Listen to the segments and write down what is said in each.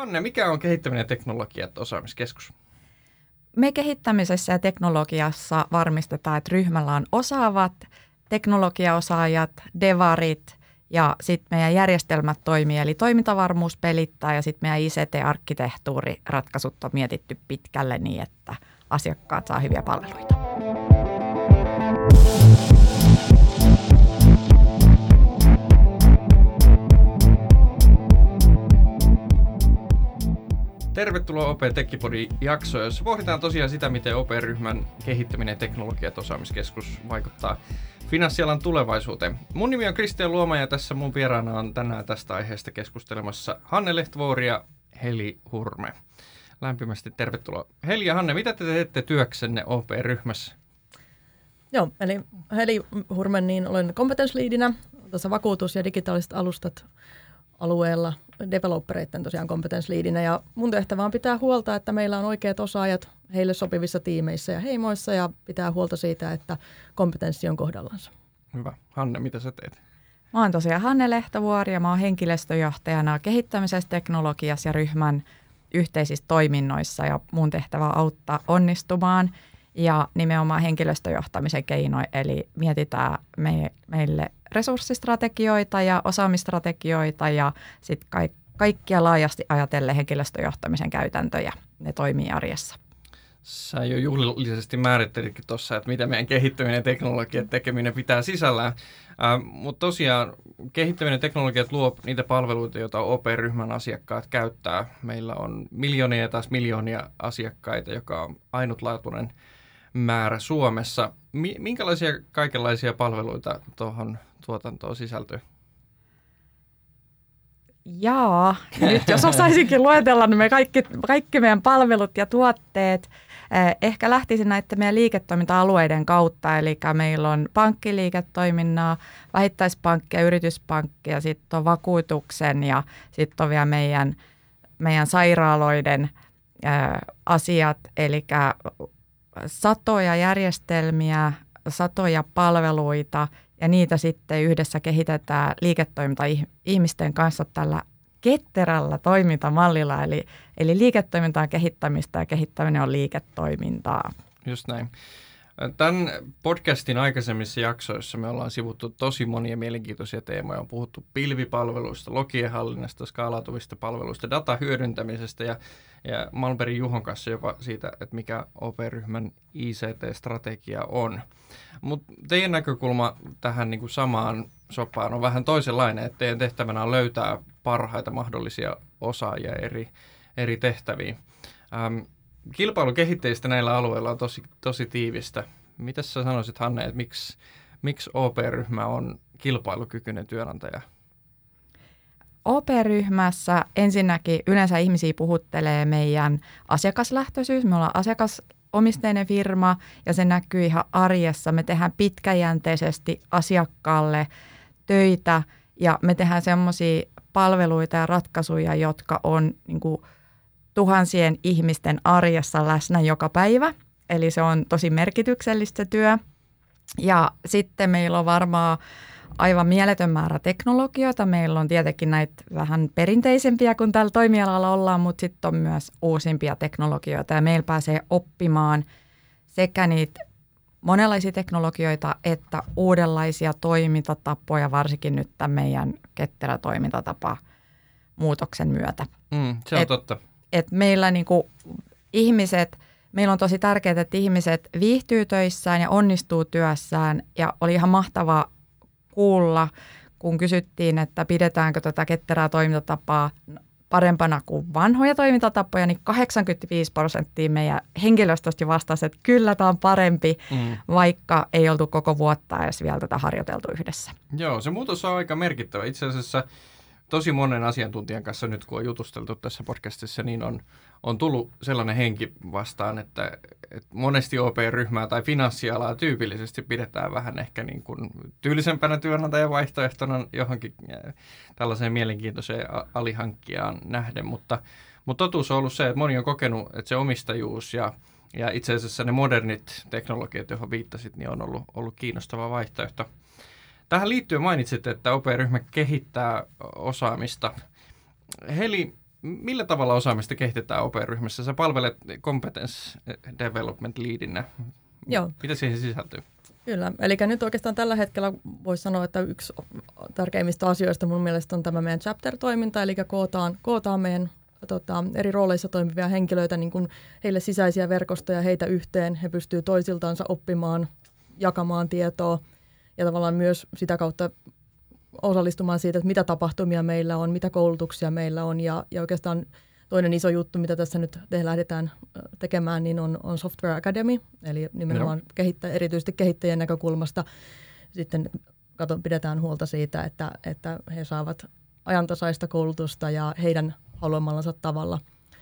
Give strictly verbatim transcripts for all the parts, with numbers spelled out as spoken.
Hanne, mikä on kehittäminen ja teknologiat osaamiskeskus? Me kehittämisessä ja teknologiassa varmistetaan, että ryhmällä on osaavat teknologiaosaajat, devarit ja sitten meidän järjestelmät toimii, eli toimintavarmuus pelittää ja sitten meidän I C T-arkkitehtuuriratkaisut on mietitty pitkälle niin, että asiakkaat saa hyviä palveluita. Tervetuloa O P Tekkipodin jaksoon, jossa pohditaan tosiaan sitä, miten O P-ryhmän kehittäminen ja teknologiat osaamiskeskus vaikuttaa finanssialan tulevaisuuteen. Mun nimi on Kristian Luoma ja tässä mun vieraana on tänään tästä aiheesta keskustelemassa Hanne Lehtovuori ja Heli Hurme. Lämpimästi tervetuloa. Heli ja Hanne, mitä te teette työksenne O P-ryhmässä? Joo, eli Heli Hurme, niin olen competence-liidinä tuossa vakuutus- ja digitaaliset alustat alueella developereiden tosiaan competence-liidinä. Ja mun tehtävä on pitää huolta, että meillä on oikeat osaajat heille sopivissa tiimeissä ja heimoissa ja pitää huolta siitä, että kompetenssi on kohdallansa. Hyvä. Hanne, mitä sä teet? Mä oon tosiaan Hanne Lehtovuori ja mä oon henkilöstöjohtajana kehittämisessä, teknologiassa ja ryhmän yhteisissä toiminnoissa ja mun tehtävä on auttaa onnistumaan ja nimenomaan henkilöstöjohtamisen keinoin, eli mietitään me, meille resurssistrategioita ja osaamistrategioita ja sitten kaik, kaikkia laajasti ajatellen henkilöstöjohtamisen käytäntöjä. Ne toimii arjessa. Sä jo juhlallisesti määrittelitkin tuossa, että mitä meidän kehittäminen ja teknologiat tekeminen pitää sisällään. Äh, mutta tosiaan kehittäminen ja teknologiat luo niitä palveluita, joita O P-ryhmän asiakkaat käyttää. Meillä on miljoonia ja taas miljoonia asiakkaita, joka on ainutlaatuinen määrä Suomessa. Mi- minkälaisia kaikenlaisia palveluita tuohon tuotantoon sisältyy? Jaa, nyt jos osaisinkin luetella niin me kaikki, kaikki meidän palvelut ja tuotteet. Ehkä lähtisin näiden meidän liiketoiminta-alueiden kautta, eli meillä on pankkiliiketoiminnaa, vähittäispankki ja yrityspankki ja sitten on vakuutuksen ja sitten on vielä meidän, meidän sairaaloiden ää, asiat, eli satoja järjestelmiä, satoja palveluita ja niitä sitten yhdessä kehitetään liiketoiminta-ihmisten kanssa tällä ketterällä toimintamallilla. Eli, eli liiketoiminta on kehittämistä ja kehittäminen on liiketoimintaa. Just näin. Tämän podcastin aikaisemmissa jaksoissa me ollaan sivuttu tosi monia mielenkiintoisia teemoja. On puhuttu pilvipalveluista, logien hallinnasta, skaalautuvista palveluista, datan hyödyntämisestä ja, ja Malmbergin Juhon kanssa jopa siitä, että mikä O P-ryhmän I C T-strategia on. Mutta teidän näkökulma tähän niin kuin samaan sopaan on vähän toisenlainen, että teidän tehtävänä on löytää parhaita mahdollisia osaajia eri, eri tehtäviin. Ähm, Kilpailu kehitteistä näillä alueilla on tosi, tosi tiivistä. Mitä sä sanoisit, Hanne, että miksi, miksi O P-ryhmä on kilpailukykyinen työnantaja? O P-ryhmässä ensinnäkin yleensä ihmisiä puhuttelee meidän asiakaslähtöisyys. Me ollaan asiakasomisteinen firma ja se näkyy ihan arjessa. Me tehdään pitkäjänteisesti asiakkaalle töitä ja me tehdään semmoisia palveluita ja ratkaisuja, jotka on niin kuin tuhansien ihmisten arjessa läsnä joka päivä, eli se on tosi merkityksellistä se työ. Ja sitten meillä on varmaan aivan mieletön määrä teknologioita. Meillä on tietenkin näitä vähän perinteisempiä, kun tällä toimialalla ollaan, mutta sitten on myös uusimpia teknologioita. Ja meillä pääsee oppimaan sekä niitä monenlaisia teknologioita että uudenlaisia toimintatapoja, varsinkin nyt tämän meidän ketterä toimintatapa muutoksen myötä. Mm, se on Et, totta. Et meillä niinku ihmiset, meillä on tosi tärkeää, että ihmiset viihtyy töissään ja onnistuu työssään ja oli ihan mahtavaa kuulla, kun kysyttiin, että pidetäänkö tätä ketterää toimintatapaa parempana kuin vanhoja toimintatapoja, niin kahdeksankymmentäviisi prosenttia meidän henkilöstöstä vastasi, että kyllä tämä on parempi, mm. vaikka ei oltu koko vuotta edes vielä tätä harjoiteltu yhdessä. Joo, se muutos on aika merkittävä. Itse asiassa tosi monen asiantuntijan kanssa nyt, kun on jutusteltu tässä podcastissa, niin on, on tullut sellainen henki vastaan, että, että monesti O P-ryhmää tai finanssialaa tyypillisesti pidetään vähän ehkä niin kuin tyylisempänä työnantajavaihtoehtona johonkin tällaiseen mielenkiintoiseen alihankkijaan nähden, mutta, mutta totuus on ollut se, että moni on kokenut, että se omistajuus ja, ja itse asiassa ne modernit teknologiat, joihin viittasit, niin on ollut, ollut kiinnostava vaihtoehto. Tähän liittyen mainitsit, että O P-ryhmä kehittää osaamista. Heli, millä tavalla osaamista kehitetään O P-ryhmässä? Sä palvelet Competence Development Leadinä. Joo. Mitä siihen sisältyy? Kyllä, eli nyt oikeastaan tällä hetkellä voisi sanoa, että yksi tärkeimmistä asioista mun mielestä on tämä meidän chapter-toiminta, eli kootaan, kootaan meidän tota, eri rooleissa toimivia henkilöitä, niin kuin heille sisäisiä verkostoja, heitä yhteen, he pystyvät toisiltaansa oppimaan, jakamaan tietoa ja tavallaan myös sitä kautta osallistumaan siitä, että mitä tapahtumia meillä on, mitä koulutuksia meillä on ja, ja oikeastaan toinen iso juttu, mitä tässä nyt te lähdetään tekemään, niin on, on Software Academy, eli nimenomaan no. kehittä, erityisesti kehittäjien näkökulmasta sitten katon, pidetään huolta siitä, että, että he saavat ajantasaista koulutusta ja heidän haluamallansa tavalla,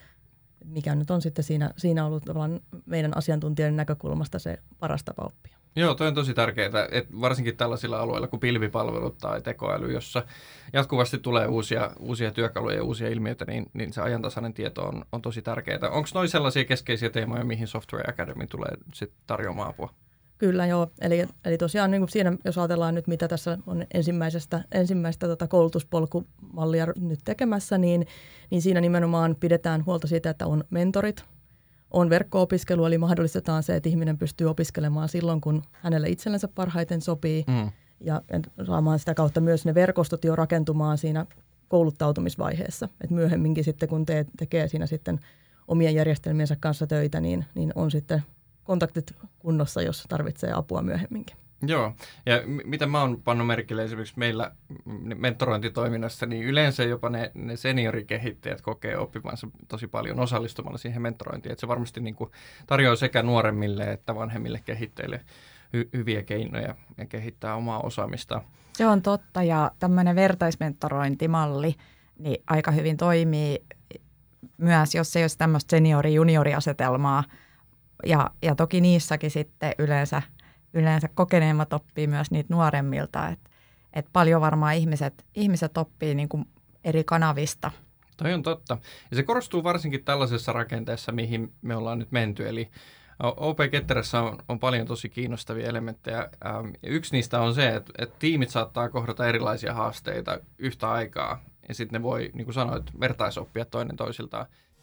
mikä nyt on sitten siinä, siinä ollut tavallaan meidän asiantuntijoiden näkökulmasta se paras tapa oppia. Joo, toi on tosi tärkeää, että varsinkin tällaisilla alueilla kuin pilvipalvelut tai tekoäly, jossa jatkuvasti tulee uusia, uusia työkaluja ja uusia ilmiöitä, niin, niin se ajantasainen tieto on, on tosi tärkeää. Onko noin sellaisia keskeisiä teemoja, mihin Software Academy tulee sit tarjoamaan apua? Kyllä joo, eli, eli tosiaan niin kuin siinä, jos ajatellaan nyt mitä tässä on ensimmäisestä, ensimmäistä tota koulutuspolkumallia nyt tekemässä, niin, niin siinä nimenomaan pidetään huolta siitä, että on mentorit, on verkko-opiskelu, eli mahdollistetaan se, että ihminen pystyy opiskelemaan silloin, kun hänelle itsellensä parhaiten sopii mm. ja saamaan sitä kautta myös ne verkostot jo rakentumaan siinä kouluttautumisvaiheessa. Et myöhemminkin sitten, kun te tekee siinä sitten omien järjestelmiensä kanssa töitä, niin, niin on sitten kontaktit kunnossa, jos tarvitsee apua myöhemminkin. Joo, ja mitä mä oon pannut merkille esimerkiksi meillä mentorointitoiminnassa, niin yleensä jopa ne, ne seniorikehittäjät kokee oppivansa tosi paljon osallistumalla siihen mentorointiin, että se varmasti niin kuin tarjoaa sekä nuoremmille että vanhemmille kehittäjille hy- hyviä keinoja ja kehittää omaa osaamista. Se on totta, ja tämmöinen vertaismentorointimalli niin aika hyvin toimii myös, jos ei olisi tämmöistä seniori-juniori-asetelmaa, ja, ja toki niissäkin sitten yleensä Yleensä kokeneemmat oppii myös niitä nuoremmilta, että et paljon varmaan ihmiset, ihmiset oppii niin kuin eri kanavista. Toi on totta. Ja se korostuu varsinkin tällaisessa rakenteessa, mihin me ollaan nyt menty. Eli O P-ketterässä on, on paljon tosi kiinnostavia elementtejä. Ähm, yksi niistä on se, että, että tiimit saattaa kohdata erilaisia haasteita yhtä aikaa. Ja sitten ne voi, niin kuin sanoit, vertaisoppia toinen toisiltaan.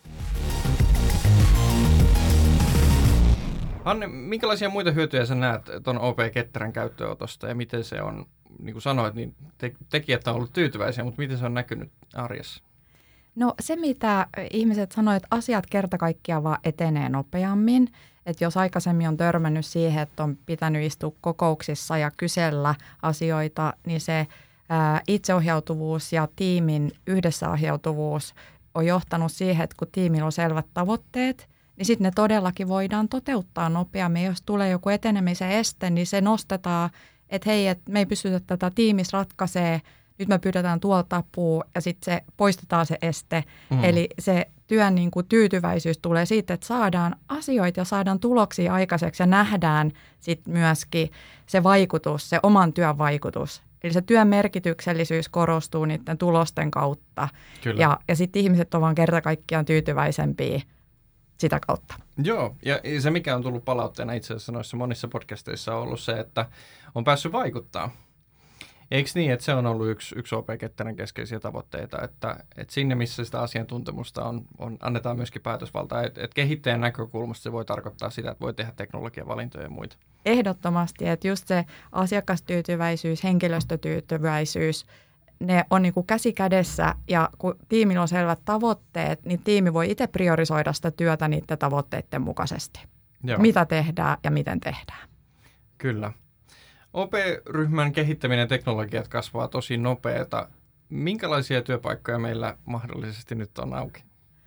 Anne, minkälaisia muita hyötyjä sä näet tuon O P-ketterän käyttöönotosta ja miten se on, niin kuin sanoit, niin te- tekijät on ollut tyytyväisiä, mutta miten se on näkynyt arjessa? No se, mitä ihmiset sanoivat, että asiat kerta kaikkiaan vaan etenee nopeammin. Että jos aikaisemmin on törmännyt siihen, että on pitänyt istua kokouksissa ja kysellä asioita, niin se ää, itseohjautuvuus ja tiimin yhdessäohjautuvuus on johtanut siihen, että kun tiimillä on selvät tavoitteet, niin sitten ne todellakin voidaan toteuttaa nopeammin. Jos tulee joku etenemisen este, niin se nostetaan, että hei, et me ei pystytä tätä tiimissä ratkaisee, nyt me pyydetään tuolta apua ja sitten se poistetaan se este. Mm. Eli se työn niin kuin tyytyväisyys tulee siitä, että saadaan asioita ja saadaan tuloksia aikaiseksi ja nähdään sitten myöskin se vaikutus, se oman työn vaikutus. Eli se työn merkityksellisyys korostuu niiden tulosten kautta. Kyllä. Ja, ja sitten ihmiset ovat vaan kerta kaikkiaan tyytyväisempiä sitä kautta. Joo, ja se mikä on tullut palautteena itse asiassa noissa monissa podcasteissa on ollut se, että on päässyt vaikuttaa. Eikö niin, että se on ollut yksi, yksi O P-ketterän keskeisiä tavoitteita, että, että sinne missä sitä asiantuntemusta on, on annetaan myöskin päätösvaltaa, että, että kehittäjän näkökulmasta se voi tarkoittaa sitä, että voi tehdä teknologiavalintoja ja muita. Ehdottomasti, että just se asiakastyytyväisyys, henkilöstötyytyväisyys, ne on niin kuin käsi kädessä ja kun tiimillä on selvät tavoitteet, niin tiimi voi itse priorisoida sitä työtä niiden tavoitteiden mukaisesti. Joo. Mitä tehdään ja miten tehdään. Kyllä. O P-ryhmän kehittäminen ja teknologiat kasvaa tosi nopeata. Minkälaisia työpaikkoja meillä mahdollisesti nyt on auki?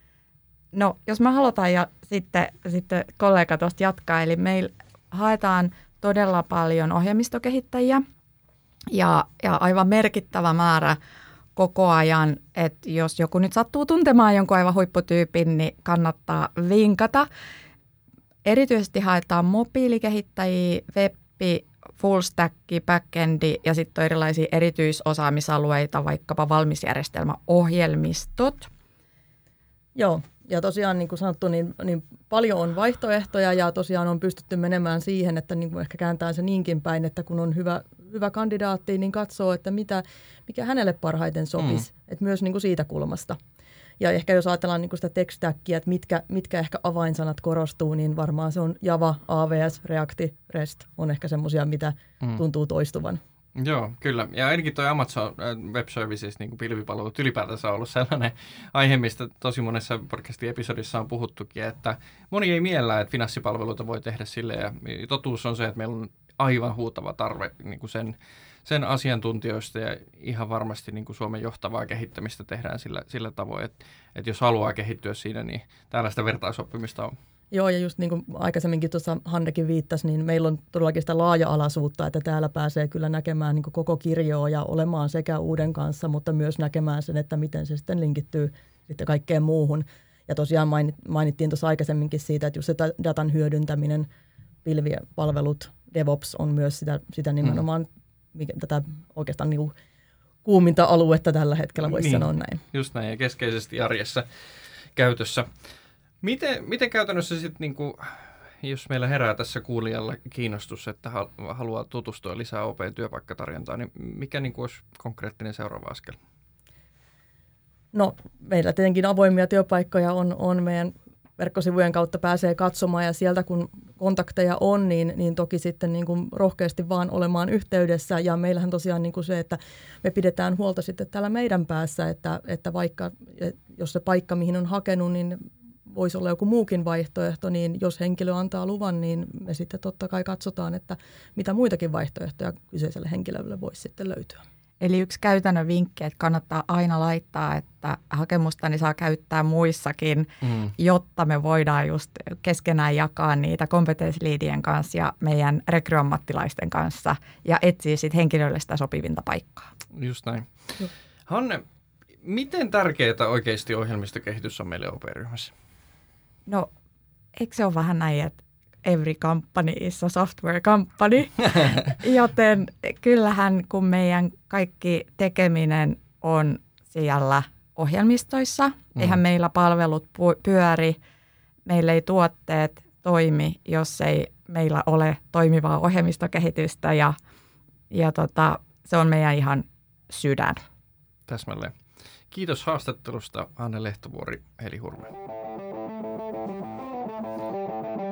No, jos mä halutaan ja sitten, sitten kollega tuosta jatkaa, eli meillä haetaan todella paljon ohjelmistokehittäjiä. Ja, ja aivan merkittävä määrä koko ajan, että jos joku nyt sattuu tuntemaan jonkun aivan huipputyypin, niin kannattaa vinkata. Erityisesti haetaan mobiilikehittäjiä, webbi, full stack, backendi ja sitten on erilaisia erityisosaamisalueita, vaikkapa valmisjärjestelmäohjelmistot. Joo. Ja tosiaan niin kuin sanottu, niin, niin paljon on vaihtoehtoja ja tosiaan on pystytty menemään siihen, että niin kuin ehkä kääntää se niinkin päin, että kun on hyvä, hyvä kandidaatti, niin katsoo, että mitä, mikä hänelle parhaiten sopisi, mm. että myös niin kuin siitä kulmasta. Ja ehkä jos ajatellaan niin kuin sitä tech-stackia, että mitkä, mitkä ehkä avainsanat korostuu, niin varmaan se on Java, A W S, React, REST on ehkä semmoisia, mitä mm. tuntuu toistuvan. Joo, kyllä. Ja ainakin tuo Amazon Web Services, niin kuin pilvipalvelut ylipäätänsä on ollut sellainen aihe, mistä tosi monessa podcastin episodissa on puhuttukin, että moni ei miellä, että finanssipalveluita voi tehdä sille, ja totuus on se, että meillä on aivan huutava tarve niin kuin sen, sen asiantuntijoista, ja ihan varmasti niin kuin Suomen johtavaa kehittämistä tehdään sillä, sillä tavoin, että, että jos haluaa kehittyä siinä, niin tällaista vertaisoppimista on. Joo, ja just niin kuin aikaisemminkin tuossa Hannekin viittasi, niin meillä on todellakin sitä laaja-alaisuutta, että täällä pääsee kyllä näkemään niin kuin koko kirjoa ja olemaan sekä uuden kanssa, mutta myös näkemään sen, että miten se sitten linkittyy sitten kaikkeen muuhun. Ja tosiaan mainittiin tuossa aikaisemminkin siitä, että just se datan hyödyntäminen, pilvipalvelut, DevOps on myös sitä, sitä nimenomaan, mikä, tätä oikeastaan niin kuin kuuminta aluetta tällä hetkellä, voisi niin, sanoa näin. Just näin, ja keskeisesti arjessa käytössä. Miten, miten käytännössä sitten, niin jos meillä herää tässä kuulijalla kiinnostus, että haluaa tutustua lisää O P-työpaikkatarjontaan, niin mikä niin olisi konkreettinen seuraava askel? No, meillä tietenkin avoimia työpaikkoja on, on meidän verkkosivujen kautta pääsee katsomaan, ja sieltä kun kontakteja on, niin, niin toki sitten niin kuin rohkeasti vaan olemaan yhteydessä. Ja meillähän tosiaan niin kuin se, että me pidetään huolta sitten täällä meidän päässä, että, että vaikka jos se paikka, mihin on hakenut, niin voisi olla joku muukin vaihtoehto, niin jos henkilö antaa luvan, niin me sitten totta kai katsotaan, että mitä muitakin vaihtoehtoja kyseiselle henkilölle voisi sitten löytyä. Eli yksi käytännön vinkki, että kannattaa aina laittaa, että hakemustani saa käyttää muissakin, mm. jotta me voidaan just keskenään jakaa niitä kompetenssiliidien kanssa ja meidän rekryammattilaisten kanssa ja etsiä sitten henkilölle sitä sopivinta paikkaa. Just näin. Juh. Hanne, miten tärkeää oikeasti ohjelmistokehitys on meille O P-ryhmässä? No, eikö se ole vähän näin, että every company is a software company, joten kyllähän kun meidän kaikki tekeminen on siellä ohjelmistoissa, mm. eihän meillä palvelut pyöri, meillä ei tuotteet toimi, jos ei meillä ole toimivaa ohjelmistokehitystä ja, ja tota, se on meidän ihan sydän. Täsmälleen. Kiitos haastattelusta, Hanne Lehtovuori, Heli Hurme.